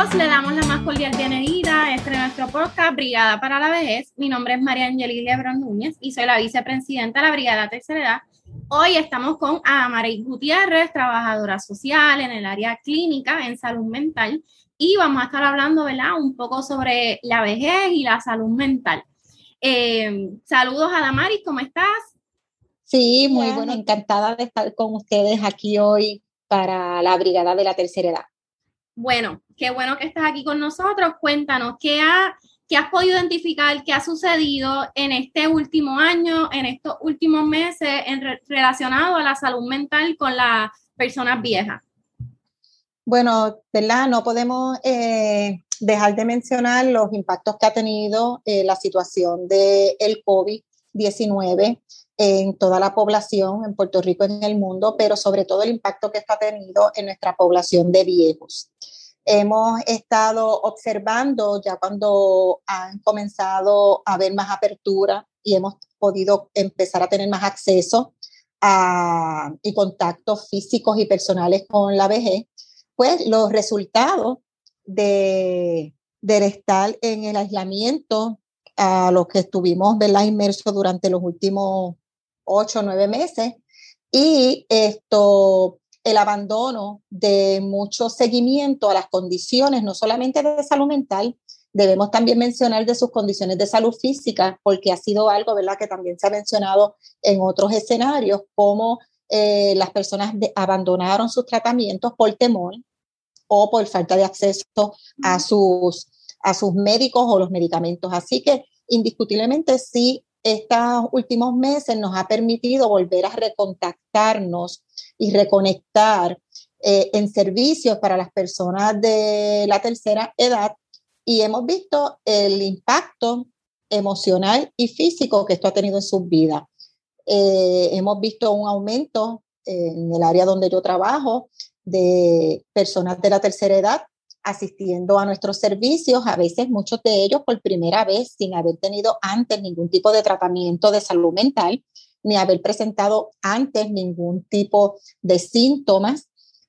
todos, le damos la más cordial bienvenida a nuestro podcast Brigada para la Vejez. Mi nombre es María Angeli Lebrón Núñez y soy la vicepresidenta de la Brigada Tercera Edad. Hoy estamos con Amaris Gutiérrez, trabajadora social en el área clínica en salud mental, y vamos a estar hablando, ¿verdad?, un poco sobre la vejez y la salud mental. Saludos a Damaris, ¿cómo estás? Sí, muy bueno, encantada de estar con ustedes aquí hoy para la Brigada de la Tercera Edad. Bueno, qué bueno que estás aquí con nosotros. Cuéntanos, ¿qué has podido identificar, qué ha sucedido en este último año, en estos últimos meses relacionado a la salud mental con las personas viejas? Bueno, ¿verdad? No podemos dejar de mencionar los impactos que ha tenido la situación del COVID-19 en toda la población, en Puerto Rico, en el mundo, pero sobre todo el impacto que esto ha tenido en nuestra población de viejos. Hemos estado observando ya cuando han comenzado a haber más apertura y hemos podido empezar a tener más acceso y contactos físicos y personales con la vejez, pues los resultados del estar en el aislamiento a los que estuvimos, ¿verdad?, inmersos durante los últimos 8 o 9 meses, y el abandono de mucho seguimiento a las condiciones, no solamente de salud mental, debemos también mencionar de sus condiciones de salud física, porque ha sido algo, ¿verdad?, que también se ha mencionado en otros escenarios, como las personas abandonaron sus tratamientos por temor o por falta de acceso a sus médicos o los medicamentos. Así que indiscutiblemente sí, estos últimos meses nos ha permitido volver a recontactarnos y reconectar en servicios para las personas de la tercera edad, y hemos visto el impacto emocional y físico que esto ha tenido en sus vidas. Hemos visto un aumento en el área donde yo trabajo de personas de la tercera edad asistiendo a nuestros servicios, a veces muchos de ellos por primera vez sin haber tenido antes ningún tipo de tratamiento de salud mental, ni haber presentado antes ningún tipo de síntomas,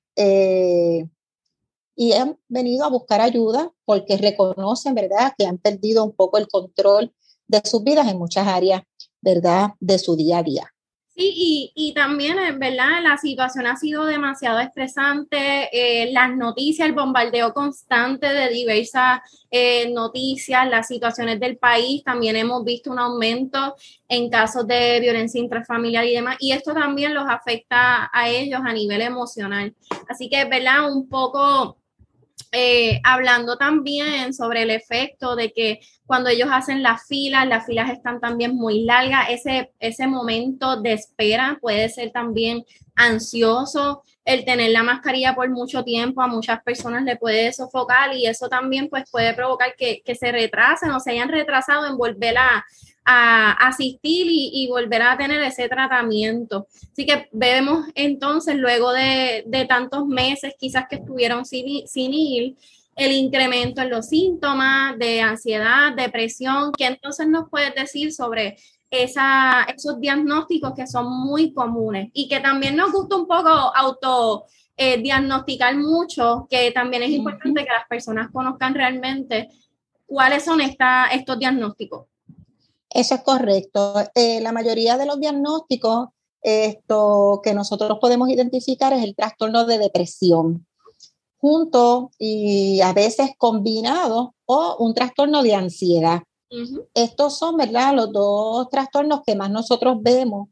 y han venido a buscar ayuda porque reconocen, ¿verdad?, que han perdido un poco el control de sus vidas en muchas áreas, ¿verdad?, de su día a día. Sí, y también, ¿verdad?, la situación ha sido demasiado estresante, las noticias, el bombardeo constante de diversas noticias, las situaciones del país, también hemos visto un aumento en casos de violencia intrafamiliar y demás, y esto también los afecta a ellos a nivel emocional. Así que, ¿verdad?, un poco hablando también sobre el efecto de que cuando ellos hacen las filas están también muy largas, ese momento de espera puede ser también ansioso, el tener la mascarilla por mucho tiempo a muchas personas le puede sofocar, y eso también pues puede provocar que se retrasen o se hayan retrasado en volver a asistir y volver a tener ese tratamiento. Así que vemos entonces, luego de tantos meses quizás que estuvieron sin ir, el incremento en los síntomas de ansiedad, depresión. ¿Qué entonces nos puedes decir sobre esos diagnósticos que son muy comunes y que también nos gusta un poco diagnosticar mucho, que también es importante que las personas conozcan realmente cuáles son estos diagnósticos? Eso es correcto. La mayoría de los diagnósticos que nosotros podemos identificar es el trastorno de depresión, junto y a veces combinado, o un trastorno de ansiedad. Uh-huh. Estos son, ¿verdad?, los dos trastornos que más nosotros vemos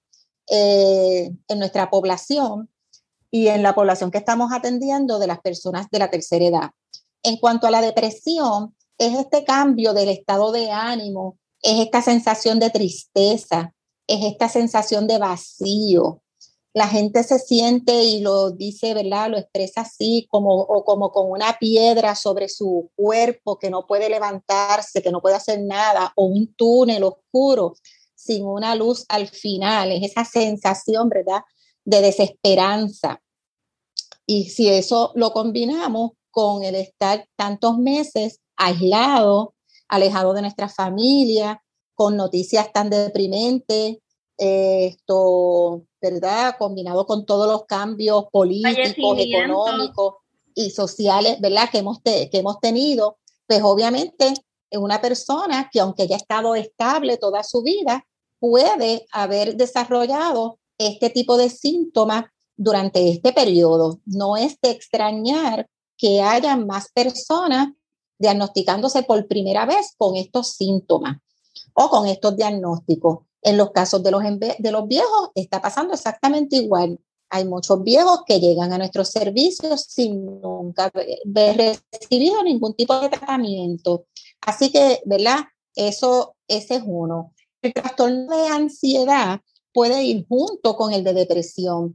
en nuestra población y en la población que estamos atendiendo de las personas de la tercera edad. En cuanto a la depresión, es este cambio del estado de ánimo, es esta sensación de tristeza, es esta sensación de vacío. La gente se siente y lo dice, ¿verdad?, lo expresa así, como con una piedra sobre su cuerpo, que no puede levantarse, que no puede hacer nada, o un túnel oscuro sin una luz al final. Es esa sensación, ¿verdad?, de desesperanza. Y si eso lo combinamos con el estar tantos meses aislado, alejado de nuestra familia, con noticias tan deprimentes, ¿verdad?, combinado con todos los cambios políticos, económicos, y sociales, ¿verdad? Que hemos tenido, pues obviamente una persona que aunque haya estado estable toda su vida, puede haber desarrollado este tipo de síntomas durante este periodo. No es de extrañar que haya más personas diagnosticándose por primera vez con estos síntomas o con estos diagnósticos. En los casos de los viejos está pasando exactamente igual. Hay muchos viejos que llegan a nuestros servicios sin nunca haber recibido ningún tipo de tratamiento. Así que, ¿verdad? Ese es uno. El trastorno de ansiedad puede ir junto con el de depresión.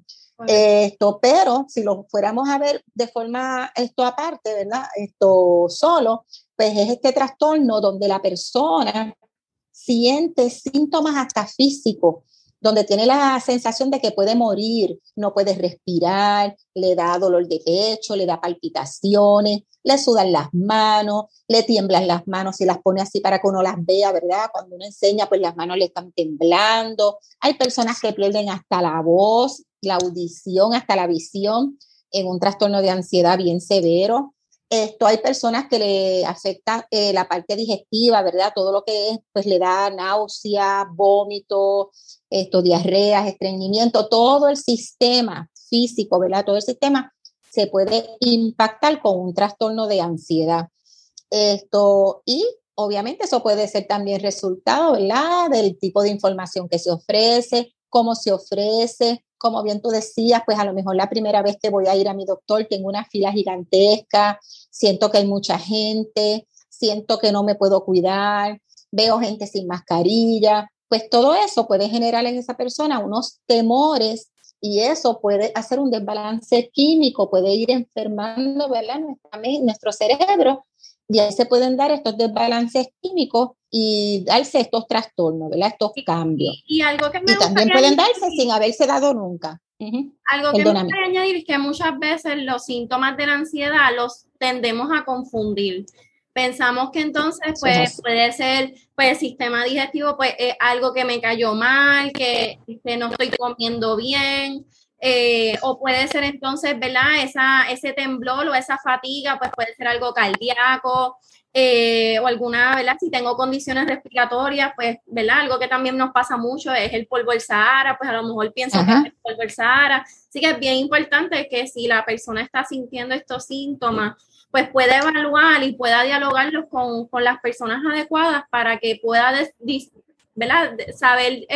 Pero si lo fuéramos a ver de forma aparte, ¿verdad? Solo, pues es este trastorno donde la persona siente síntomas hasta físicos, donde tiene la sensación de que puede morir, no puede respirar, le da dolor de pecho, le da palpitaciones, le sudan las manos, le tiemblan las manos y las pone así para que uno las vea, ¿verdad? Cuando uno enseña, pues las manos le están temblando. Hay personas que pierden hasta la voz, la audición, hasta la visión en un trastorno de ansiedad bien severo. Hay personas que le afecta la parte digestiva, ¿verdad? Todo lo que es, pues le da náusea, vómito, diarreas, estreñimiento, todo el sistema físico, ¿verdad? Todo el sistema se puede impactar con un trastorno de ansiedad. Y obviamente eso puede ser también resultado, ¿verdad? Del tipo de información que se ofrece, cómo se ofrece. Como bien tú decías, pues a lo mejor la primera vez que voy a ir a mi doctor tengo una fila gigantesca, siento que hay mucha gente, siento que no me puedo cuidar, veo gente sin mascarilla, pues todo eso puede generar en esa persona unos temores y eso puede hacer un desbalance químico, puede ir enfermando, ¿verdad? Nuestro cerebro y ahí se pueden dar estos desbalances químicos y darse estos trastornos, ¿verdad? Estos cambios. Y algo que me y también pueden darse sin haberse dado nunca. Algo que me gustaría añadir es que muchas veces los síntomas de la ansiedad los tendemos a confundir. Pensamos que entonces pues puede ser pues el sistema digestivo, pues algo que me cayó mal, que no estoy comiendo bien, o puede ser entonces, ¿verdad? Ese temblor o esa fatiga, pues puede ser algo cardíaco, o alguna, ¿verdad? Si tengo condiciones respiratorias, pues, ¿verdad? Algo que también nos pasa mucho es el polvo del Sahara, pues a lo mejor pienso que es el polvo del Sahara. Así que es bien importante que si la persona está sintiendo estos síntomas, pues pueda evaluar y pueda dialogarlos con las personas adecuadas para que pueda, ¿verdad? Saber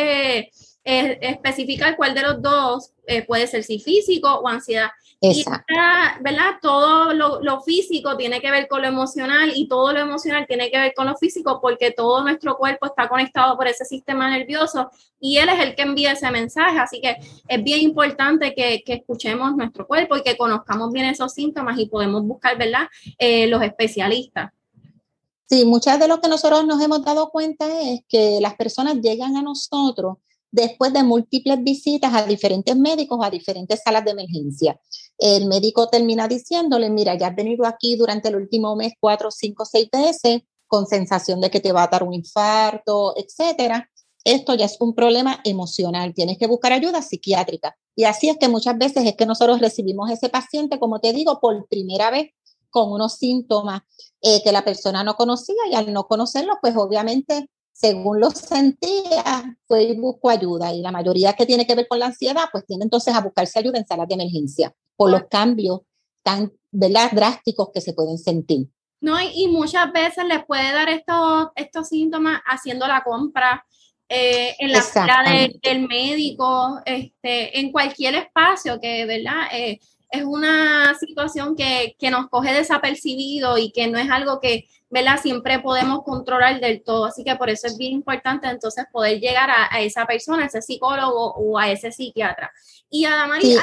especificar cuál de los dos puede ser si físico o ansiedad. Exacto. Y ¿verdad? Todo lo físico tiene que ver con lo emocional y todo lo emocional tiene que ver con lo físico porque todo nuestro cuerpo está conectado por ese sistema nervioso y él es el que envía ese mensaje, así que es bien importante que escuchemos nuestro cuerpo y que conozcamos bien esos síntomas y podemos buscar, ¿verdad? Los especialistas. Sí, muchas de lo que nosotros nos hemos dado cuenta es que las personas llegan a nosotros después de múltiples visitas a diferentes médicos o a diferentes salas de emergencia. El médico termina diciéndole, mira, ya has venido aquí durante el último mes 4, 5, 6 veces con sensación de que te va a dar un infarto, etcétera. Esto ya es un problema emocional, tienes que buscar ayuda psiquiátrica. Y así es que muchas veces es que nosotros recibimos ese paciente, como te digo, por primera vez con unos síntomas que la persona no conocía y al no conocerlos, pues obviamente según lo sentía, fue y buscó ayuda. Y la mayoría que tiene que ver con la ansiedad, pues tiene entonces a buscarse ayuda en salas de emergencia por los cambios tan, ¿verdad?, drásticos que se pueden sentir. No, y muchas veces les puede dar estos síntomas haciendo la compra, en la fila del médico, en cualquier espacio que, ¿verdad? Es una situación que nos coge desapercibido y que no es algo que, ¿verdad?, siempre podemos controlar del todo. Así que por eso es bien importante entonces poder llegar a esa persona, a ese psicólogo o a ese psiquiatra. Y Adamari,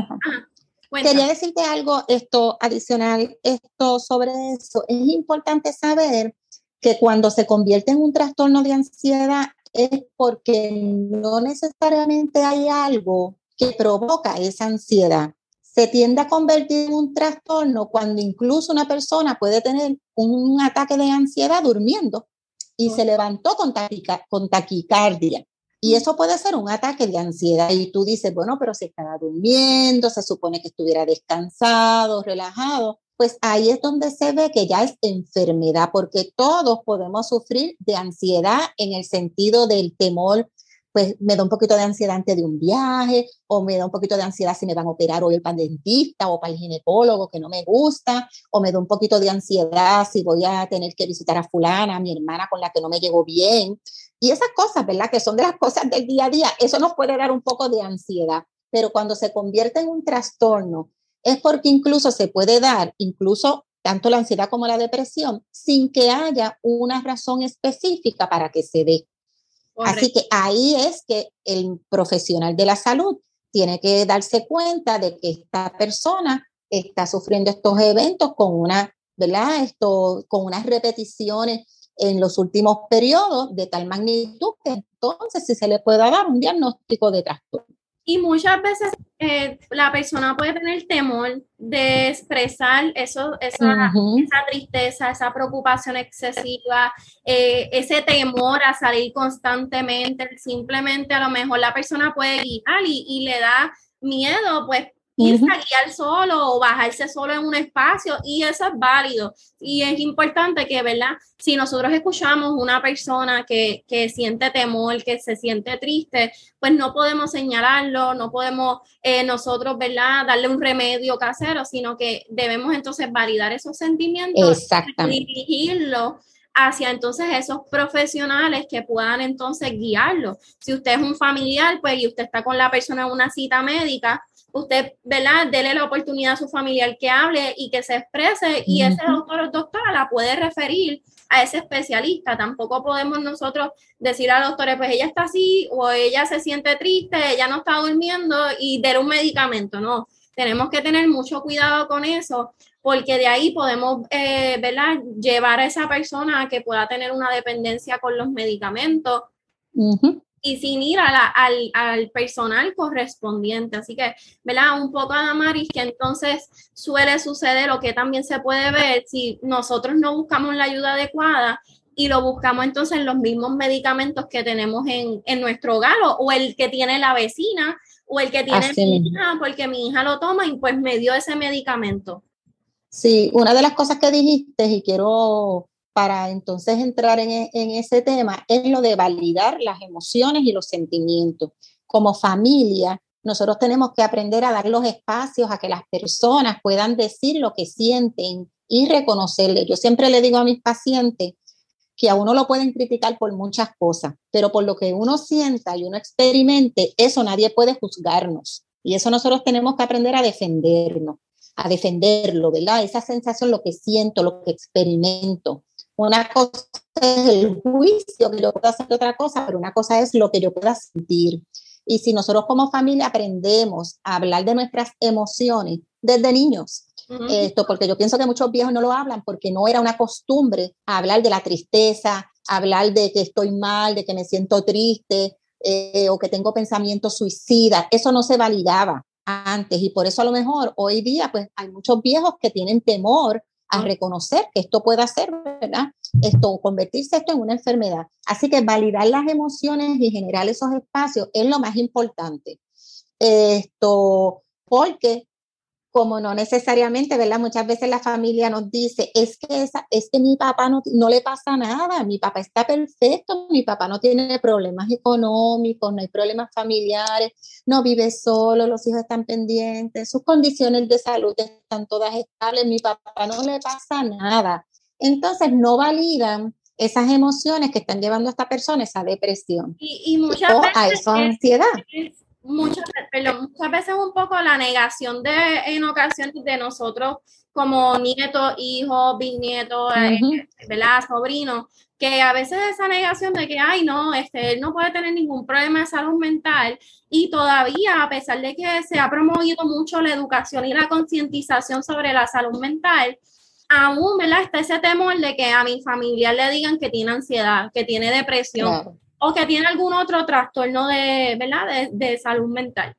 quería decirte algo adicional sobre eso. Es importante saber que cuando se convierte en un trastorno de ansiedad es porque no necesariamente hay algo que provoca esa ansiedad. Se tiende a convertir en un trastorno cuando incluso una persona puede tener un ataque de ansiedad durmiendo y se levantó con taquicardia. Y eso puede ser un ataque de ansiedad. Y tú dices, bueno, pero si estaba durmiendo, se supone que estuviera descansado, relajado. Pues ahí es donde se ve que ya es enfermedad, porque todos podemos sufrir de ansiedad en el sentido del temor. Pues me da un poquito de ansiedad antes de un viaje, o me da un poquito de ansiedad si me van a operar hoy para el dentista o para el ginecólogo que no me gusta, o me da un poquito de ansiedad si voy a tener que visitar a fulana, a mi hermana con la que no me llevo bien. Y esas cosas, ¿verdad? Que son de las cosas del día a día, eso nos puede dar un poco de ansiedad, pero cuando se convierte en un trastorno, es porque incluso se puede dar, incluso tanto la ansiedad como la depresión, sin que haya una razón específica para que se dé. Correcto. Así que ahí es que el profesional de la salud tiene que darse cuenta de que esta persona está sufriendo estos eventos con una, ¿verdad? Con unas repeticiones en los últimos periodos de tal magnitud que entonces sí se le puede dar un diagnóstico de trastorno. Y muchas veces la persona puede tener temor de expresar esa tristeza, esa preocupación excesiva, ese temor a salir constantemente. Simplemente a lo mejor la persona puede guiar y le da miedo, pues, irse a guiar solo o bajarse solo en un espacio, y eso es válido. Y es importante que, ¿verdad? Si nosotros escuchamos una persona que siente temor, que se siente triste, pues no podemos señalarlo, no podemos nosotros, ¿verdad?, darle un remedio casero, sino que debemos entonces validar esos sentimientos y dirigirlo hacia entonces esos profesionales que puedan entonces guiarlo. Si usted es un familiar, pues, y usted está con la persona en una cita médica, usted, ¿verdad?, dele la oportunidad a su familiar que hable y que se exprese, y ese doctor o doctora la puede referir a ese especialista. Tampoco podemos nosotros decir a los doctores, pues ella está así, o ella se siente triste, ella no está durmiendo, y dar un medicamento. No, tenemos que tener mucho cuidado con eso, porque de ahí podemos, ¿verdad?, llevar a esa persona a que pueda tener una dependencia con los medicamentos. Y sin ir al personal correspondiente. Así que, ¿verdad?, un poco, Adamaris, que entonces suele suceder, o que también se puede ver si nosotros no buscamos la ayuda adecuada y lo buscamos entonces en los mismos medicamentos que tenemos en nuestro hogar, o el que tiene la vecina, o el que tiene mi hija, porque mi hija lo toma y pues me dio ese medicamento. Sí, una de las cosas que dijiste, y quiero para entonces entrar en ese tema, es lo de validar las emociones y los sentimientos. Como familia, nosotros tenemos que aprender a dar los espacios a que las personas puedan decir lo que sienten y reconocerle. Yo siempre le digo a mis pacientes que a uno lo pueden criticar por muchas cosas, pero por lo que uno sienta y uno experimente, eso nadie puede juzgarnos. Y eso nosotros tenemos que aprender a defenderlo, ¿verdad? Esa sensación, lo que siento, lo que experimento. Una cosa es el juicio, que yo puedo hacer otra cosa, pero una cosa es lo que yo pueda sentir. Y si nosotros como familia aprendemos a hablar de nuestras emociones desde niños, porque yo pienso que muchos viejos no lo hablan porque no era una costumbre hablar de la tristeza, hablar de que estoy mal, de que me siento triste, o que tengo pensamientos suicidas. Eso no se validaba antes, y por eso a lo mejor hoy día pues hay muchos viejos que tienen temor a reconocer que esto pueda ser, ¿verdad? Convertirse esto en una enfermedad. Así que validar las emociones y generar esos espacios es lo más importante. Porque como no necesariamente, ¿verdad? Muchas veces la familia nos dice, es que mi papá no le pasa nada, mi papá está perfecto, mi papá no tiene problemas económicos, no hay problemas familiares, no vive solo, los hijos están pendientes, sus condiciones de salud están todas estables, mi papá no le pasa nada. Entonces no validan esas emociones que están llevando a esta persona a esa depresión y muchas veces a esa ansiedad. Muchas veces un poco la negación en ocasiones de nosotros como nietos, hijos, bisnietos, ¿verdad?, sobrinos, que a veces esa negación de que, ay, no, él no puede tener ningún problema de salud mental, y todavía, a pesar de que se ha promovido mucho la educación y la concientización sobre la salud mental, aún, ¿verdad?, está ese temor de que a mi familiar le digan que tiene ansiedad, que tiene depresión. Claro. O que tiene algún otro trastorno ¿verdad?, de salud mental.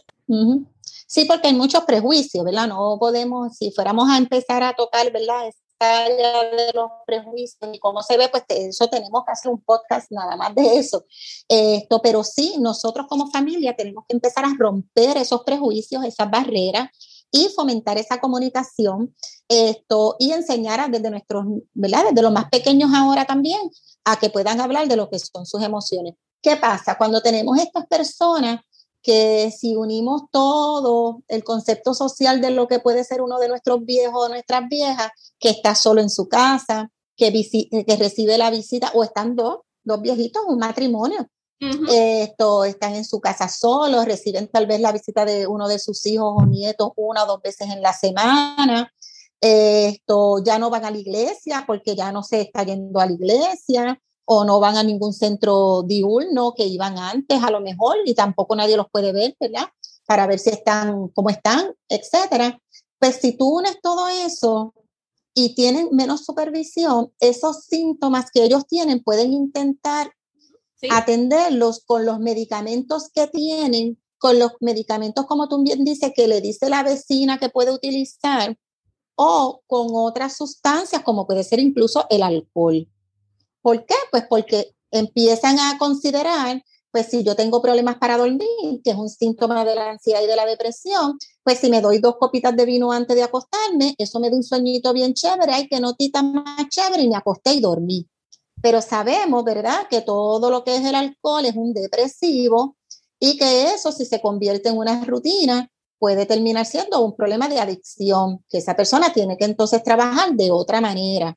Sí, porque hay muchos prejuicios, ¿verdad? No podemos, si fuéramos a empezar a tocar, ¿verdad?, allá de los prejuicios y cómo se ve, pues eso tenemos que hacer un podcast nada más de eso. Pero sí, nosotros como familia tenemos que empezar a romper esos prejuicios, esas barreras y fomentar esa comunicación y enseñar desde nuestros, ¿verdad? Desde los más pequeños ahora también, a que puedan hablar de lo que son sus emociones. ¿Qué pasa? Cuando tenemos estas personas que si unimos todo el concepto social de lo que puede ser uno de nuestros viejos o nuestras viejas, que está solo en su casa, que recibe la visita, o están dos viejitos, un matrimonio, están en su casa solos, reciben tal vez la visita de uno de sus hijos o nietos 1 o 2 veces en la semana, ya no van a la iglesia porque ya no se está yendo a la iglesia, o no van a ningún centro diurno que iban antes a lo mejor, y tampoco nadie los puede ver, ¿verdad? Para ver si están, cómo están, etcétera. Pues si tú unes todo eso y tienen menos supervisión, esos síntomas que ellos tienen pueden intentar atenderlos con los medicamentos que tienen, con los medicamentos, como tú bien dices, que le dice la vecina que puede utilizar, o con otras sustancias, como puede ser incluso el alcohol. ¿Por qué? Pues porque empiezan a considerar, pues si yo tengo problemas para dormir, que es un síntoma de la ansiedad y de la depresión, pues si me doy 2 copitas de vino antes de acostarme, eso me da un sueñito bien chévere, ay, qué notita más chévere, y me acosté y dormí. Pero sabemos, ¿verdad?, que todo lo que es el alcohol es un depresivo y que eso, si se convierte en una rutina, puede terminar siendo un problema de adicción, que esa persona tiene que entonces trabajar de otra manera.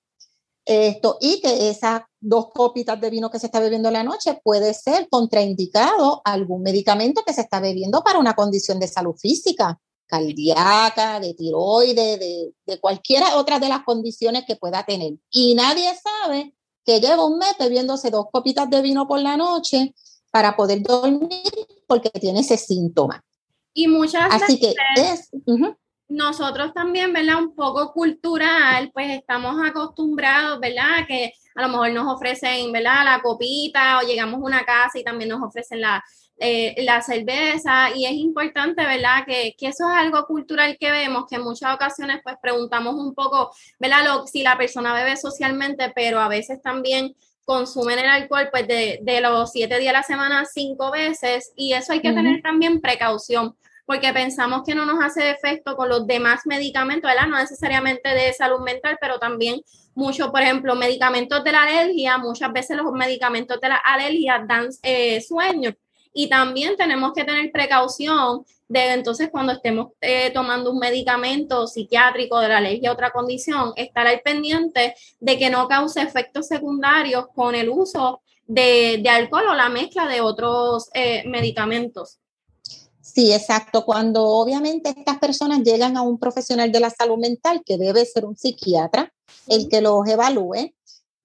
Y que esas 2 copitas de vino que se está bebiendo en la noche puede ser contraindicado a algún medicamento que se está bebiendo para una condición de salud física, cardíaca, de tiroides, de cualquiera otra de las condiciones que pueda tener. Y nadie sabe que lleva un mes bebiéndose 2 copitas de vino por la noche para poder dormir porque tiene ese síntoma. Y muchas Así veces que nosotros también, ¿verdad? Un poco cultural, pues estamos acostumbrados, ¿verdad? Que a lo mejor nos ofrecen, ¿verdad? La copita, o llegamos a una casa y también nos ofrecen la cerveza, y es importante, ¿verdad? Que eso es algo cultural que vemos, que en muchas ocasiones pues preguntamos un poco, ¿verdad? Si la persona bebe socialmente, pero a veces también consumen el alcohol pues de los 7 días a la semana 5 veces, y eso hay que tener también precaución, porque pensamos que no nos hace efecto con los demás medicamentos, ¿verdad? No necesariamente de salud mental, pero también mucho, por ejemplo, medicamentos de la alergia, muchas veces los medicamentos de la alergia dan sueño, y también tenemos que tener precaución de entonces cuando estemos tomando un medicamento psiquiátrico de la alergia a otra condición, estar al pendiente de que no cause efectos secundarios con el uso de alcohol o la mezcla de otros medicamentos. Sí, exacto. Cuando obviamente estas personas llegan a un profesional de la salud mental, que debe ser un psiquiatra, el que los evalúe,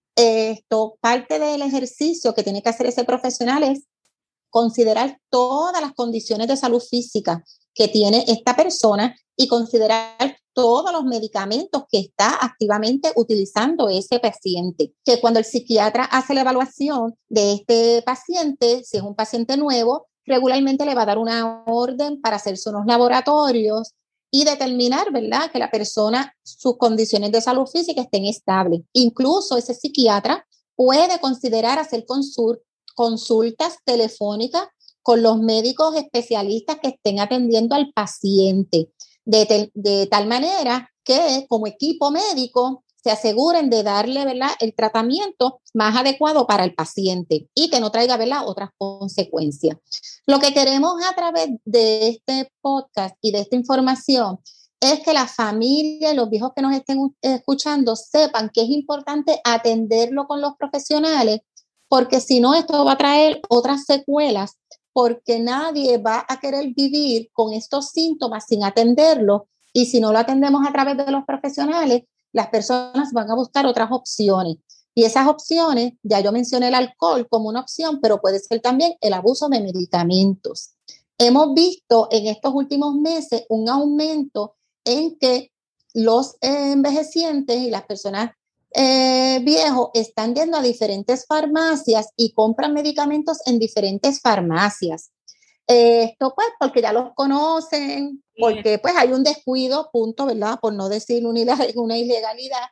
parte del ejercicio que tiene que hacer ese profesional es considerar todas las condiciones de salud física que tiene esta persona y considerar todos los medicamentos que está activamente utilizando ese paciente. Que cuando el psiquiatra hace la evaluación de este paciente, si es un paciente nuevo, regularmente le va a dar una orden para hacerse unos laboratorios y determinar, ¿verdad?, que la persona, sus condiciones de salud física estén estables. Incluso ese psiquiatra puede considerar hacer consultas telefónicas con los médicos especialistas que estén atendiendo al paciente, de tal manera que como equipo médico se aseguren de darle, ¿verdad?, el tratamiento más adecuado para el paciente y que no traiga, ¿verdad?, otras consecuencias. Lo que queremos a través de este podcast y de esta información es que la familia y los viejos que nos estén escuchando sepan que es importante atenderlo con los profesionales, porque si no, esto va a traer otras secuelas, porque nadie va a querer vivir con estos síntomas sin atenderlo, y si no lo atendemos a través de los profesionales, las personas van a buscar otras opciones. Y esas opciones, ya yo mencioné el alcohol como una opción, pero puede ser también el abuso de medicamentos. Hemos visto en estos últimos meses un aumento en que los envejecientes y las personas viejos están yendo a diferentes farmacias y compran medicamentos en diferentes farmacias. Esto pues porque ya los conocen, porque pues hay un descuido, punto, ¿verdad? Por no decir una ilegalidad,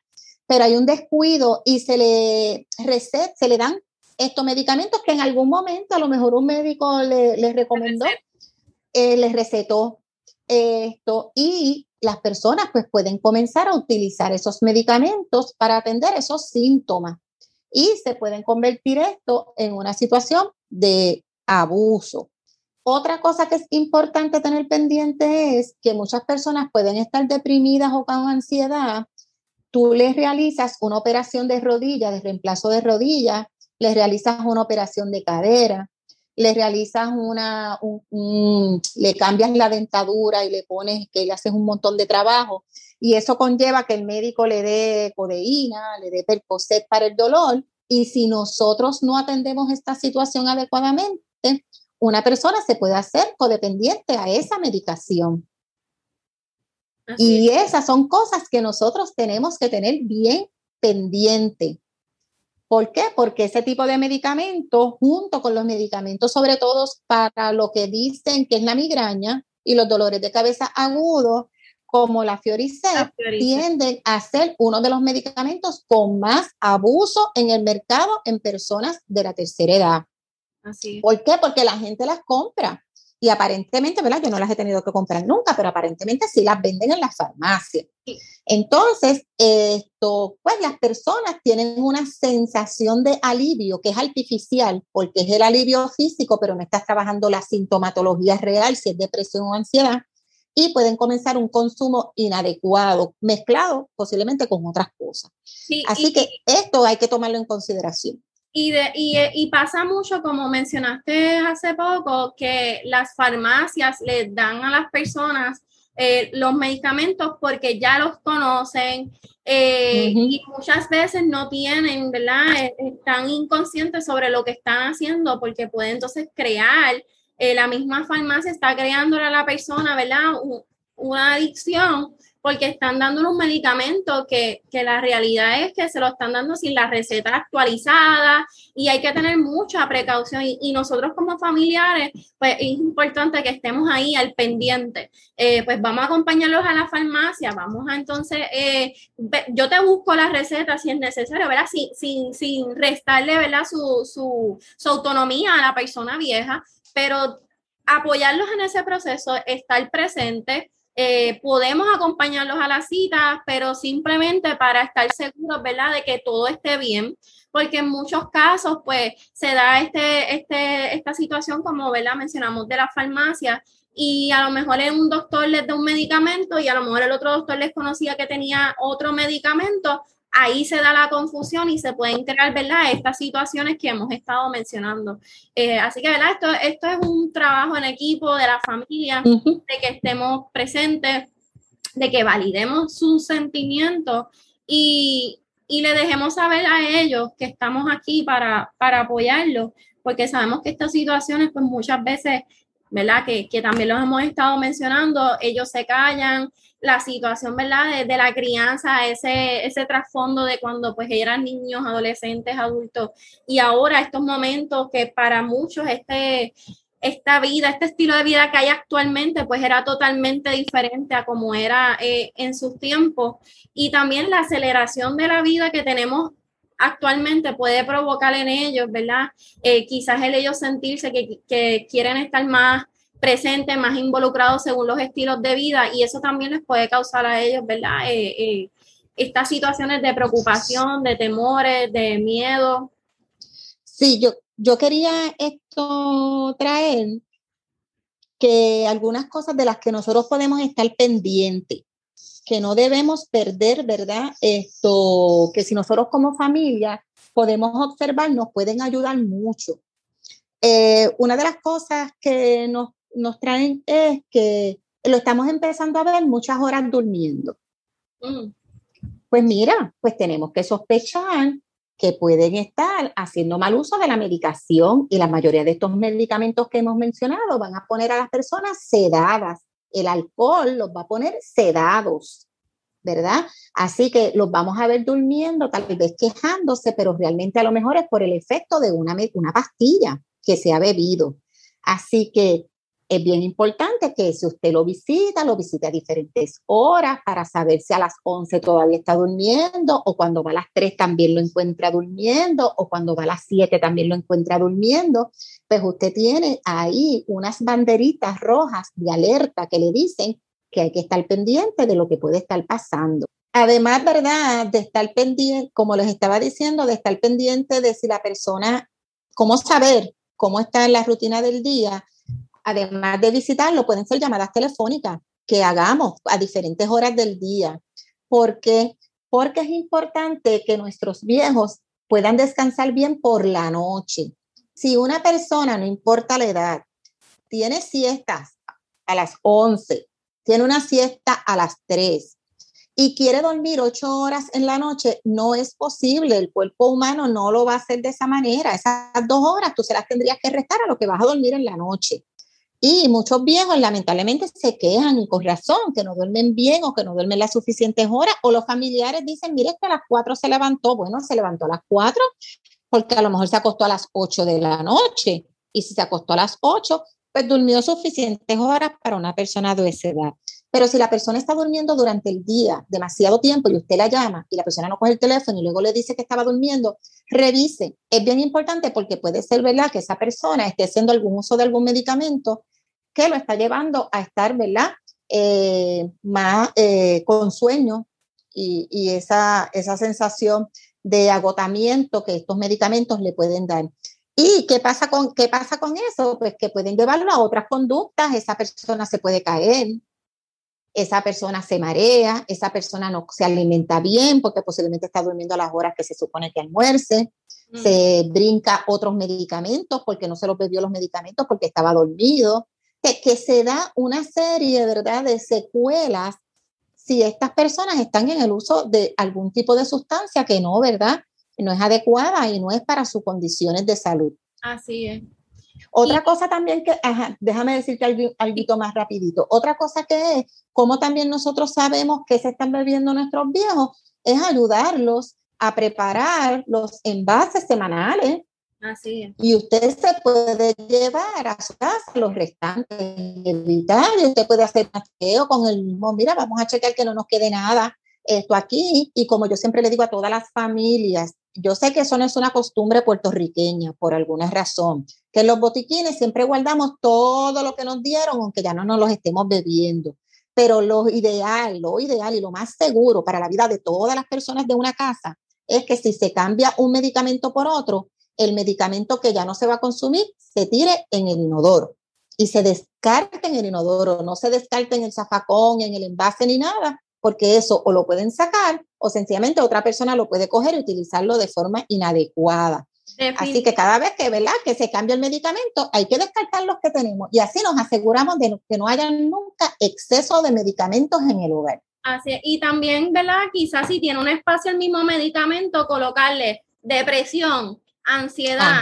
pero hay un descuido y se le dan estos medicamentos que en algún momento a lo mejor un médico les recomendó, les recetó esto, y las personas pues pueden comenzar a utilizar esos medicamentos para atender esos síntomas y se pueden convertir esto en una situación de abuso. Otra cosa que es importante tener pendiente es que muchas personas pueden estar deprimidas o con ansiedad. Tú les realizas una operación de rodilla, de reemplazo de rodilla, les realizas una operación de cadera, les realizas le cambias la dentadura y le pones, que le haces un montón de trabajo, y eso conlleva que el médico le dé codeína, le dé Percocet para el dolor, y si nosotros no atendemos esta situación adecuadamente, una persona se puede hacer codependiente a esa medicación. Y esas son cosas que nosotros tenemos que tener bien pendiente. ¿Por qué? Porque ese tipo de medicamentos, junto con los medicamentos, sobre todo para lo que dicen que es la migraña y los dolores de cabeza agudos, como la Fioricet, tienden a ser uno de los medicamentos con más abuso en el mercado en personas de la tercera edad. Así. ¿Por qué? Porque la gente las compra. Y aparentemente, ¿verdad? Yo no las he tenido que comprar nunca, pero aparentemente sí las venden en las farmacias. Sí. Entonces, pues las personas tienen una sensación de alivio que es artificial, porque es el alivio físico, pero no estás trabajando la sintomatología real, si es depresión o ansiedad, y pueden comenzar un consumo inadecuado, mezclado posiblemente con otras cosas. Sí, así que esto hay que tomarlo en consideración. Y pasa mucho, como mencionaste hace poco, que las farmacias les dan a las personas los medicamentos porque ya los conocen y muchas veces no tienen, ¿verdad? Están inconscientes sobre lo que están haciendo porque pueden entonces crear, la misma farmacia está creándole a la persona, ¿verdad? Una adicción, porque están dando unos medicamentos que la realidad es que se lo están dando sin la receta actualizada y hay que tener mucha precaución y nosotros como familiares, pues es importante que estemos ahí al pendiente. Pues vamos a acompañarlos a la farmacia, vamos a entonces, yo te busco la receta si es necesario, ¿verdad? Sin restarle, ¿verdad? Su autonomía a la persona vieja, pero apoyarlos en ese proceso, estar presente. Podemos acompañarlos a la cita, pero simplemente para estar seguros, ¿verdad?, de que todo esté bien, porque en muchos casos, pues, se da esta situación, como, ¿verdad?, mencionamos de la farmacia, y a lo mejor un doctor les da un medicamento y a lo mejor el otro doctor les conocía que tenía otro medicamento. Ahí se da la confusión y se pueden crear, ¿verdad?, estas situaciones que hemos estado mencionando. Así que, ¿verdad?, esto es un trabajo en equipo de la familia, de que estemos presentes, de que validemos sus sentimientos y le dejemos saber a ellos que estamos aquí para apoyarlos, porque sabemos que estas situaciones, pues muchas veces, ¿verdad?, que también los hemos estado mencionando, ellos se callan, la situación, ¿verdad?, de la crianza, ese trasfondo de cuando pues eran niños, adolescentes, adultos, y ahora estos momentos que para muchos esta vida, este estilo de vida que hay actualmente, pues era totalmente diferente a como era en sus tiempos, y también la aceleración de la vida que tenemos actualmente puede provocar en ellos, ¿verdad? Quizás ellos sentirse que quieren estar más presentes, más involucrados según los estilos de vida, y eso también les puede causar a ellos, ¿verdad? Estas situaciones de preocupación, de temores, de miedo. Sí, yo quería esto traer que algunas cosas de las que nosotros podemos estar pendientes, que no debemos perder, ¿verdad? Esto, que si nosotros como familia podemos observar, nos pueden ayudar mucho. Una de las cosas que nos traen es que lo estamos empezando a ver muchas horas durmiendo. Pues mira, pues tenemos que sospechar que pueden estar haciendo mal uso de la medicación, y la mayoría de estos medicamentos que hemos mencionado van a poner a las personas sedadas. El alcohol los va a poner sedados, ¿verdad? Así que los vamos a ver durmiendo, tal vez quejándose, pero realmente a lo mejor es por el efecto de una pastilla que se ha bebido. Así que Es bien importante que si usted lo visite a diferentes horas para saber si a las 11 todavía está durmiendo, o cuando va a las 3 también lo encuentra durmiendo, o cuando va a las 7 también lo encuentra durmiendo. Pues usted tiene ahí unas banderitas rojas de alerta que le dicen que hay que estar pendiente de lo que puede estar pasando. Además, ¿verdad? De estar pendiente, como les estaba diciendo, de estar pendiente de si la persona, cómo saber cómo está en la rutina del día. Además de visitarlo, pueden ser llamadas telefónicas que hagamos a diferentes horas del día. ¿Por qué? Porque es importante que nuestros viejos puedan descansar bien por la noche. Si una persona, no importa la edad, tiene siestas a las 11, tiene una siesta a las 3 y quiere dormir 8 horas en la noche, no es posible. El cuerpo humano no lo va a hacer de esa manera. Esas 2 horas tú se las tendrías que restar a lo que vas a dormir en la noche. Y muchos viejos lamentablemente se quejan, y con razón, que no duermen bien o que no duermen las suficientes horas, o los familiares dicen, mire, que a las 4 se levantó. Bueno, se levantó a las 4 porque a lo mejor se acostó a las 8 de la noche, y si se acostó a las 8, pues durmió suficientes horas para una persona de esa edad. Pero si la persona está durmiendo durante el día demasiado tiempo y usted la llama y la persona no coge el teléfono y luego le dice que estaba durmiendo, revise. Es bien importante porque puede ser verdad que esa persona esté haciendo algún uso de algún medicamento que lo está llevando a estar, ¿verdad? Más con sueño y esa sensación de agotamiento que estos medicamentos le pueden dar. ¿Y qué pasa con eso? Pues que pueden llevarlo a otras conductas. Esa persona se puede caer, esa persona se marea, esa persona no se alimenta bien porque posiblemente está durmiendo a las horas que se supone que almuerce, se brinca otros medicamentos porque no se los bebió los medicamentos porque estaba dormido, que se da una serie, ¿verdad?, de secuelas si estas personas están en el uso de algún tipo de sustancia que no, ¿verdad?, no es adecuada y no es para sus condiciones de salud. Así es. Otra cosa también que, déjame decirte algo más rapidito. Otra cosa que es, como también nosotros sabemos que se están bebiendo nuestros viejos, es ayudarlos a preparar los envases semanales. Así es. Y usted se puede llevar a su casa los restantes, evitar, y usted puede hacer un chequeo con el mismo, mira, vamos a checar que no nos quede nada esto aquí. Y como yo siempre le digo a todas las familias, yo sé que eso no es una costumbre puertorriqueña por alguna razón, que en los botiquines siempre guardamos todo lo que nos dieron, aunque ya no nos los estemos bebiendo. Pero lo ideal y lo más seguro para la vida de todas las personas de una casa es que si se cambia un medicamento por otro, el medicamento que ya no se va a consumir se tire en el inodoro y se descarte en el inodoro, no se descarte en el zafacón, en el envase ni nada, porque eso o lo pueden sacar o sencillamente otra persona lo puede coger y utilizarlo de forma inadecuada. Así que cada vez que, ¿verdad?, que se cambia el medicamento, hay que descartar los que tenemos y así nos aseguramos de que no haya nunca exceso de medicamentos en el hogar. Así es. Y también, ¿verdad?, quizás si tiene un espacio el mismo medicamento, colocarle depresión, ansiedad,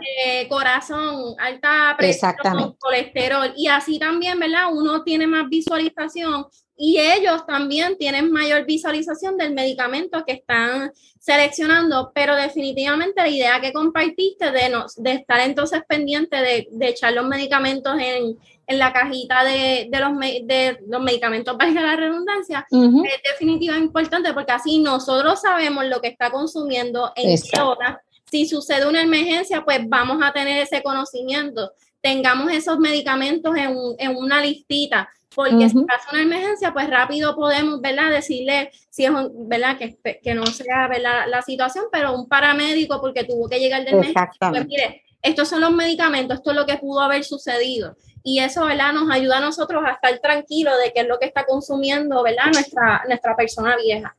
corazón, alta presión, colesterol, y así también, ¿verdad?, uno tiene más visualización y ellos también tienen mayor visualización del medicamento que están seleccionando, pero definitivamente la idea que compartiste de estar entonces pendiente de echar los medicamentos en la cajita de los medicamentos, valga la redundancia, es definitivamente importante porque así nosotros sabemos lo que está consumiendo, en qué hora. Si sucede una emergencia, pues vamos a tener ese conocimiento. Tengamos esos medicamentos en una listita, porque si pasa una emergencia, pues rápido podemos, ¿verdad?, decirle si es, ¿verdad?, que no sea, ¿verdad?, la situación, pero un paramédico porque tuvo que llegar de emergencia, pues mire, estos son los medicamentos, esto es lo que pudo haber sucedido. Y eso, ¿verdad?, nos ayuda a nosotros a estar tranquilos de qué es lo que está consumiendo, ¿verdad?, nuestra persona vieja.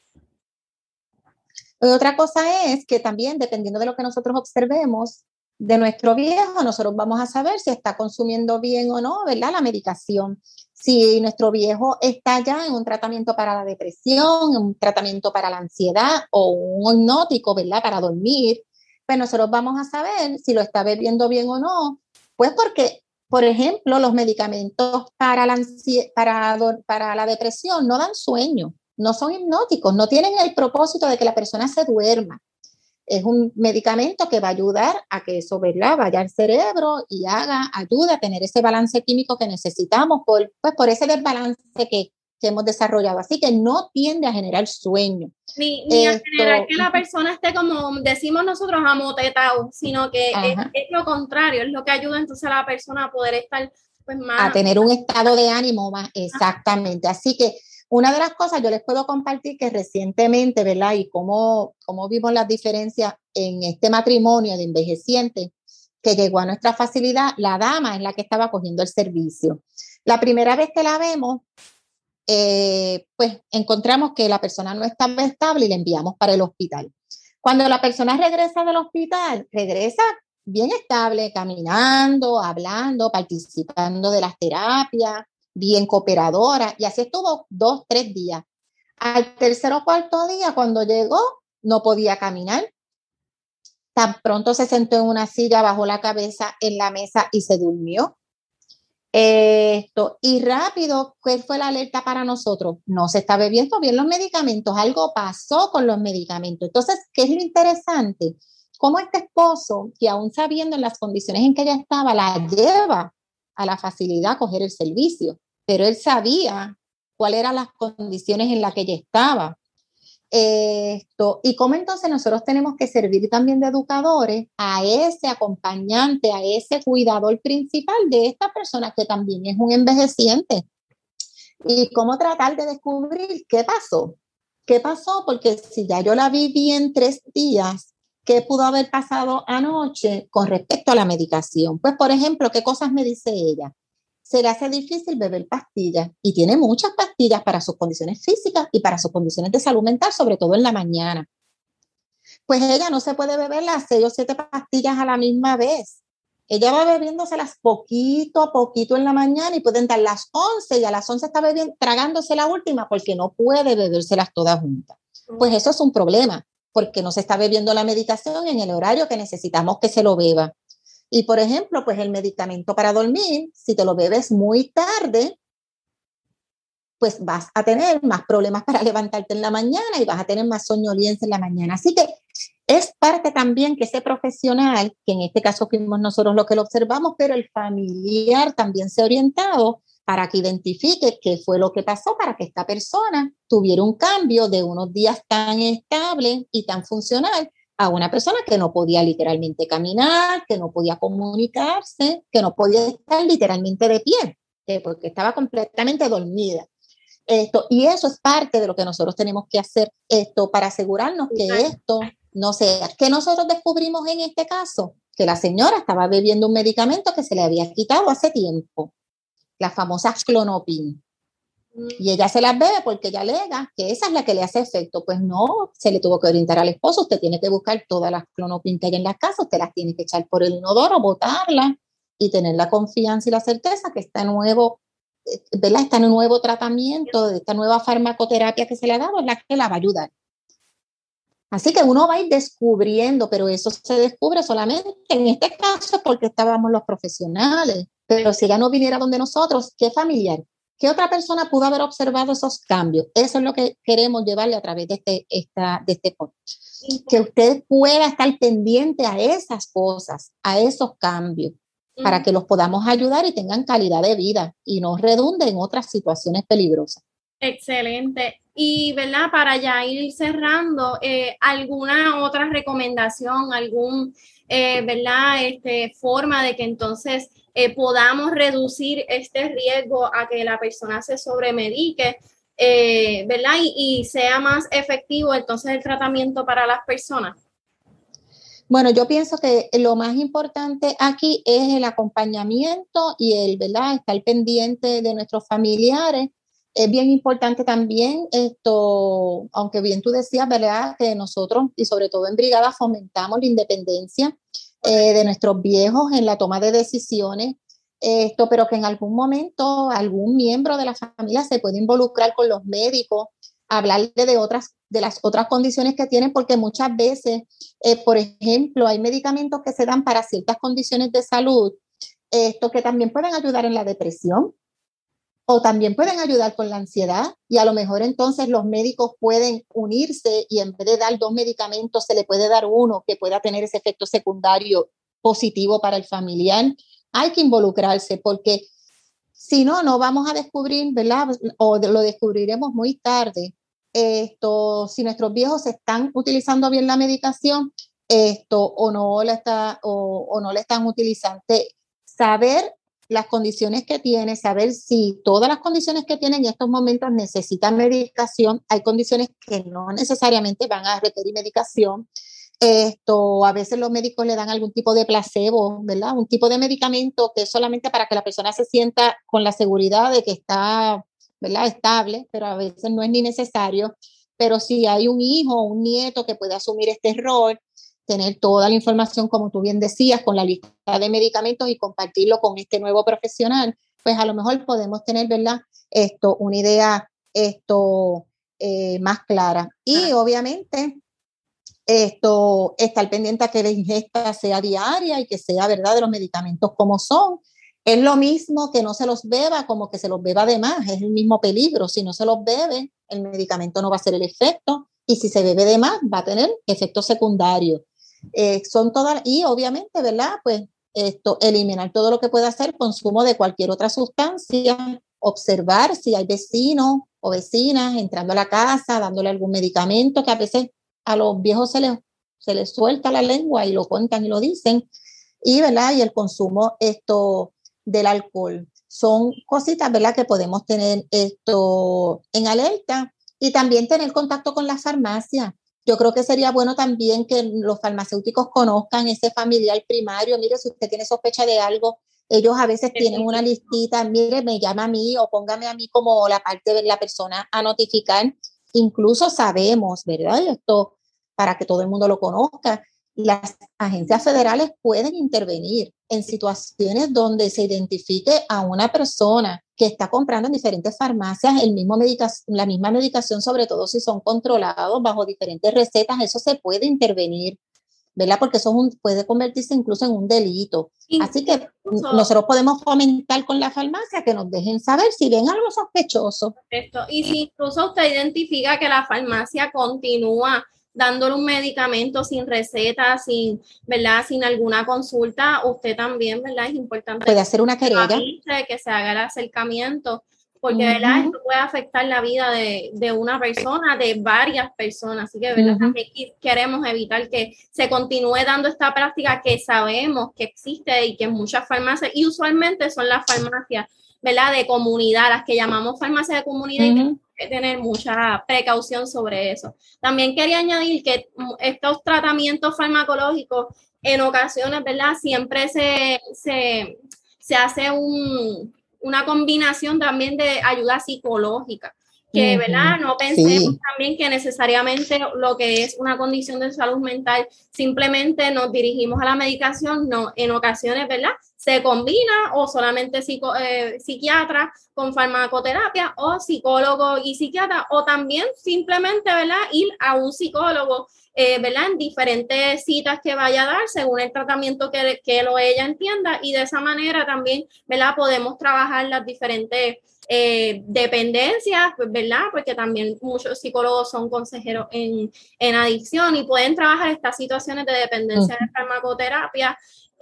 Otra cosa es que también, dependiendo de lo que nosotros observemos de nuestro viejo, nosotros vamos a saber si está consumiendo bien o no, ¿verdad?, la medicación. Si nuestro viejo está ya en un tratamiento para la depresión, un tratamiento para la ansiedad o un hipnótico, ¿verdad?, para dormir, pues nosotros vamos a saber si lo está bebiendo bien o no. Pues porque, por ejemplo, los medicamentos para la depresión no dan sueño. No son hipnóticos, no tienen el propósito de que la persona se duerma. Es un medicamento que va a ayudar a que eso, ¿verdad?, vaya al cerebro y ayuda a tener ese balance químico que necesitamos por ese desbalance que hemos desarrollado. Así que no tiende a generar sueño. Ni a generar que la persona esté, como decimos nosotros, amotetado, sino que es lo contrario, es lo que ayuda entonces a la persona a poder estar pues más... A tener un estado de ánimo más, exactamente. Así que una de las cosas yo les puedo compartir que recientemente, ¿verdad? Y cómo vimos las diferencias en este matrimonio de envejecientes que llegó a nuestra facilidad, la dama es la que estaba cogiendo el servicio. La primera vez que la vemos, pues encontramos que la persona no estaba estable y la enviamos para el hospital. Cuando la persona regresa del hospital, regresa bien estable, caminando, hablando, participando de las terapias, bien cooperadora, y así estuvo 2, 3 días. Al tercer o cuarto día, cuando llegó, no podía caminar. Tan pronto se sentó en una silla, bajó la cabeza en la mesa y se durmió. Y rápido, ¿cuál fue la alerta para nosotros? No se está bebiendo bien los medicamentos, algo pasó con los medicamentos. Entonces, ¿qué es lo interesante? Cómo este esposo, que aún sabiendo en las condiciones en que ella estaba, la lleva a la facilidad a coger el servicio, pero él sabía cuáles eran las condiciones en las que ella estaba. Y cómo entonces nosotros tenemos que servir también de educadores a ese acompañante, a ese cuidador principal de esta persona que también es un envejeciente. Y cómo tratar de descubrir qué pasó. ¿Qué pasó? Porque si ya yo la vi bien 3 días, ¿qué pudo haber pasado anoche con respecto a la medicación? Pues, por ejemplo, ¿qué cosas me dice ella? Se le hace difícil beber pastillas y tiene muchas pastillas para sus condiciones físicas y para sus condiciones de salud mental, sobre todo en la mañana. Pues ella no se puede beber las 6 o 7 pastillas a la misma vez. Ella va bebiéndoselas poquito a poquito en la mañana y pueden dar las 11 y a las 11 está tragándose la última porque no puede bebérselas todas juntas. Pues eso es un problema porque no se está bebiendo la medicación en el horario que necesitamos que se lo beba. Y, por ejemplo, pues el medicamento para dormir, si te lo bebes muy tarde, pues vas a tener más problemas para levantarte en la mañana y vas a tener más soñolencia en la mañana. Así que es parte también que ese profesional, que en este caso fuimos nosotros los que lo observamos, pero el familiar también se ha orientado para que identifique qué fue lo que pasó para que esta persona tuviera un cambio de unos días tan estable y tan funcional a una persona que no podía literalmente caminar, que no podía comunicarse, que no podía estar literalmente de pie, porque estaba completamente dormida. Y eso es parte de lo que nosotros tenemos que hacer para asegurarnos que esto no sea. ¿Qué nosotros descubrimos en este caso? Que la señora estaba bebiendo un medicamento que se le había quitado hace tiempo, las famosas Klonopin. Y ella se las bebe porque ella alega que esa es la que le hace efecto. Pues no, se le tuvo que orientar al esposo. Usted tiene que buscar todas las Klonopin que hay en la casa, usted las tiene que echar por el inodoro, botarlas y tener la confianza y la certeza que este nuevo tratamiento, de esta nueva farmacoterapia que se le ha dado es la que la va a ayudar. Así que uno va a ir descubriendo, pero eso se descubre solamente en este caso porque estábamos los profesionales. Pero si ella no viniera donde nosotros, ¿qué familiar? ¿Qué otra persona pudo haber observado esos cambios? Eso es lo que queremos llevarle a través de este podcast. Que usted pueda estar pendiente a esas cosas, a esos cambios, para que los podamos ayudar y tengan calidad de vida y no redunde en otras situaciones peligrosas. Excelente. Y, ¿verdad? Para ya ir cerrando, ¿alguna otra recomendación, ¿verdad? Forma de que entonces podamos reducir este riesgo a que la persona se sobremedique, ¿verdad? Y sea más efectivo entonces el tratamiento para las personas? Bueno, yo pienso que lo más importante aquí es el acompañamiento y ¿verdad? Estar pendiente de nuestros familiares. Es bien importante también aunque bien tú decías, ¿verdad? Que nosotros, y sobre todo en Brigada, fomentamos la independencia de nuestros viejos en la toma de decisiones, pero que en algún momento algún miembro de la familia se puede involucrar con los médicos, hablarle de las otras condiciones que tienen, porque muchas veces, por ejemplo, hay medicamentos que se dan para ciertas condiciones de salud, que también pueden ayudar en la depresión. O también pueden ayudar con la ansiedad y a lo mejor entonces los médicos pueden unirse y en vez de dar 2 medicamentos se le puede dar uno que pueda tener ese efecto secundario positivo para el familiar. Hay que involucrarse porque si no, no vamos a descubrir, ¿verdad? O lo descubriremos muy tarde. Si nuestros viejos están utilizando bien la medicación, o no la están utilizando. Saber las condiciones que tiene, saber si todas las condiciones que tienen en estos momentos necesitan medicación. Hay condiciones que no necesariamente van a requerir medicación. A veces los médicos le dan algún tipo de placebo, ¿verdad? Un tipo de medicamento que es solamente para que la persona se sienta con la seguridad de que está, ¿verdad? Estable, pero a veces no es ni necesario. Pero si hay un hijo o un nieto que puede asumir este rol, tener toda la información, como tú bien decías, con la lista de medicamentos y compartirlo con este nuevo profesional, pues a lo mejor podemos tener, ¿verdad? Una idea más clara. Y obviamente estar pendiente a que la ingesta sea diaria y que sea, ¿verdad?, de los medicamentos como son. Es lo mismo que no se los beba como que se los beba de más, es el mismo peligro. Si no se los bebe, el medicamento no va a hacer el efecto y si se bebe de más, va a tener efectos secundarios. Son todas, y obviamente, ¿verdad?, pues eliminar todo lo que pueda ser consumo de cualquier otra sustancia, observar si hay vecinos o vecinas entrando a la casa, dándole algún medicamento, que a veces a los viejos se les suelta la lengua y lo cuentan y lo dicen, y, ¿verdad?, y el consumo del alcohol. Son cositas, ¿verdad?, que podemos tener en alerta y también tener contacto con la farmacia. Yo creo que sería bueno también que los farmacéuticos conozcan ese familiar primario. Mire, si usted tiene sospecha de algo, ellos a veces tienen una listita, mire, me llama a mí o póngame a mí como la parte de la persona a notificar. Incluso sabemos, ¿verdad? Esto para que todo el mundo lo conozca. Las agencias federales pueden intervenir en situaciones donde se identifique a una persona que está comprando en diferentes farmacias la misma medicación, sobre todo si son controlados bajo diferentes recetas. Eso se puede intervenir, ¿verdad? Porque eso puede convertirse incluso en un delito. Así que nosotros podemos fomentar con la farmacia que nos dejen saber si ven algo sospechoso. Perfecto. Y si incluso usted identifica que la farmacia continúa dándole un medicamento sin receta, ¿verdad?, sin alguna consulta, usted también, ¿verdad?, es importante puede hacer una querella, que se haga el acercamiento, porque ¿verdad?, esto puede afectar la vida de una persona, de varias personas, así que ¿verdad?, queremos evitar que se continúe dando esta práctica que sabemos que existe y que en muchas farmacias, y usualmente son las farmacias, ¿verdad?, de comunidad, las que llamamos farmacias de comunidad, y tenemos que tener mucha precaución sobre eso. También quería añadir que estos tratamientos farmacológicos en ocasiones, ¿verdad?, siempre se hace una combinación también de ayuda psicológica, que, ¿verdad?, no pensemos también que necesariamente lo que es una condición de salud mental, simplemente nos dirigimos a la medicación. No, en ocasiones, ¿verdad?, se combina o solamente psiquiatra con farmacoterapia o psicólogo y psiquiatra, o también simplemente, ¿verdad?, ir a un psicólogo, ¿verdad?, en diferentes citas que vaya a dar según el tratamiento que él o ella entienda, y de esa manera también, ¿verdad?, podemos trabajar las diferentes dependencias, ¿verdad?, porque también muchos psicólogos son consejeros en adicción y pueden trabajar estas situaciones de dependencia de farmacoterapia,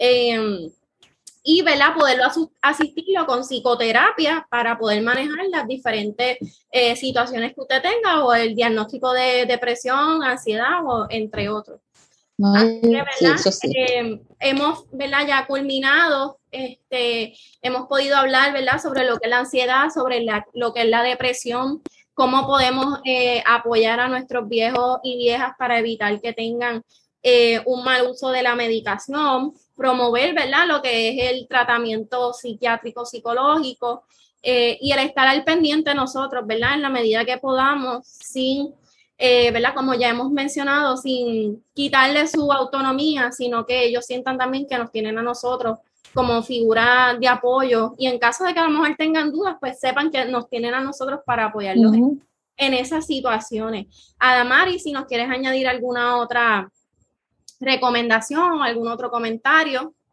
y, ¿verdad?, poderlo asistirlo con psicoterapia para poder manejar las diferentes situaciones que usted tenga, o el diagnóstico de depresión, ansiedad, o entre otros. Así que, ¿verdad?, hemos, ¿verdad?, ya culminado, hemos podido hablar, ¿verdad?, sobre lo que es la ansiedad, sobre lo que es la depresión, cómo podemos apoyar a nuestros viejos y viejas para evitar que tengan un mal uso de la medicación, promover, ¿verdad?, lo que es el tratamiento psiquiátrico, psicológico, y el estar al pendiente nosotros, ¿verdad?, en la medida que podamos, sin, ¿verdad?, como ya hemos mencionado, sin quitarle su autonomía, sino que ellos sientan también que nos tienen a nosotros como figura de apoyo, y en caso de que a lo mejor tengan dudas, pues sepan que nos tienen a nosotros para apoyarlos en esas situaciones. Adamari, si nos quieres añadir alguna otra recomendación o algún otro comentario.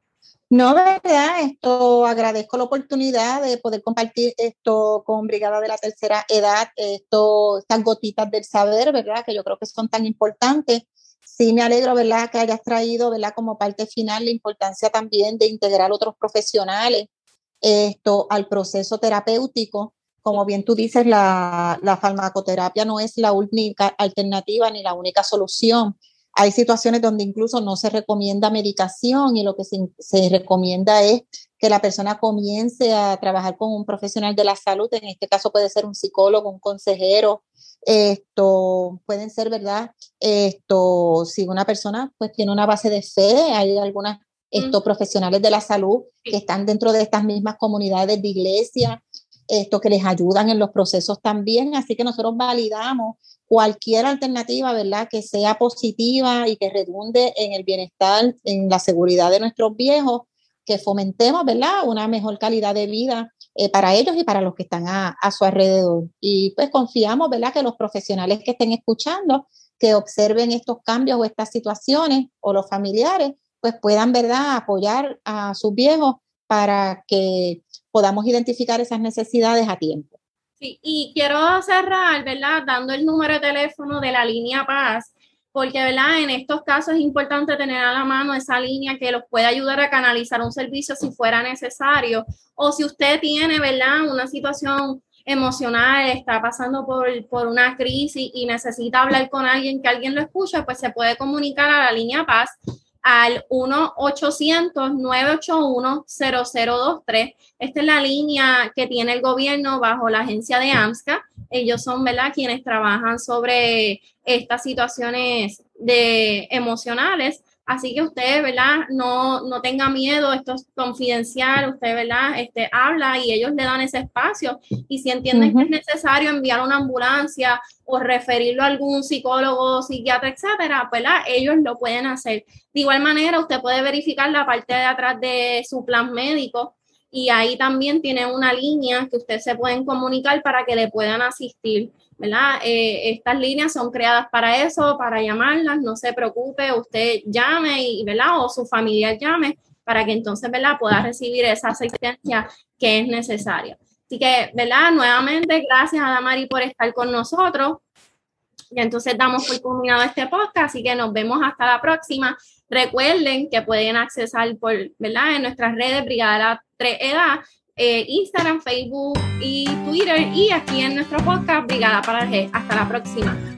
No, ¿verdad? Agradezco la oportunidad de poder compartir esto con Brigada de la Tercera Edad, estas gotitas del saber, ¿verdad? Que yo creo que son tan importantes. Sí me alegro, ¿verdad? Que hayas traído, ¿verdad? Como parte final la importancia también de integrar otros profesionales al proceso terapéutico. Como bien tú dices, la farmacoterapia no es la única alternativa ni la única solución. Hay situaciones donde incluso no se recomienda medicación y lo que se recomienda es que la persona comience a trabajar con un profesional de la salud. En este caso puede ser un psicólogo, un consejero. Pueden ser, ¿verdad? Si una persona pues tiene una base de fe, hay algunas profesionales de la salud que están dentro de estas mismas comunidades de iglesia, que les ayudan en los procesos también. Así que nosotros validamos cualquier alternativa, ¿verdad?, que sea positiva y que redunde en el bienestar, en la seguridad de nuestros viejos, que fomentemos, ¿verdad?, una mejor calidad de vida para ellos y para los que están a su alrededor. Y pues confiamos, ¿verdad?, que los profesionales que estén escuchando, que observen estos cambios o estas situaciones o los familiares, pues puedan, ¿verdad?, apoyar a sus viejos para que podamos identificar esas necesidades a tiempo. Sí, y quiero cerrar, ¿verdad?, dando el número de teléfono de la línea Paz, porque, ¿verdad?, en estos casos es importante tener a la mano esa línea que los puede ayudar a canalizar un servicio si fuera necesario, o si usted tiene, ¿verdad?, una situación emocional, está pasando por una crisis y necesita hablar con alguien, que alguien lo escuche, pues se puede comunicar a la línea Paz al 1-800-981-0023. Esta es la línea que tiene el gobierno bajo la agencia de AMSCA. Ellos son, ¿verdad?, quienes trabajan sobre estas situaciones emocionales. Así que usted, ¿verdad?, no tenga miedo, esto es confidencial, usted, ¿verdad?, habla y ellos le dan ese espacio. Y si entienden que es necesario enviar una ambulancia o referirlo a algún psicólogo, psiquiatra, etcétera, ¿verdad?, ellos lo pueden hacer. De igual manera, usted puede verificar la parte de atrás de su plan médico y ahí también tiene una línea que ustedes se pueden comunicar para que le puedan asistir, ¿verdad? Estas líneas son creadas para eso, para llamarlas, no se preocupe, usted llame, ¿verdad? O su familiar llame para que entonces, ¿verdad?, pueda recibir esa asistencia que es necesaria. Así que, ¿verdad?, nuevamente, gracias a Damari por estar con nosotros. Y entonces damos por culminado este podcast, así que nos vemos hasta la próxima. Recuerden que pueden accesar ¿verdad?, en nuestras redes Brigada de la 3 Edad, Instagram, Facebook y Twitter, y aquí en nuestro podcast Brigada para el G. Hasta la próxima.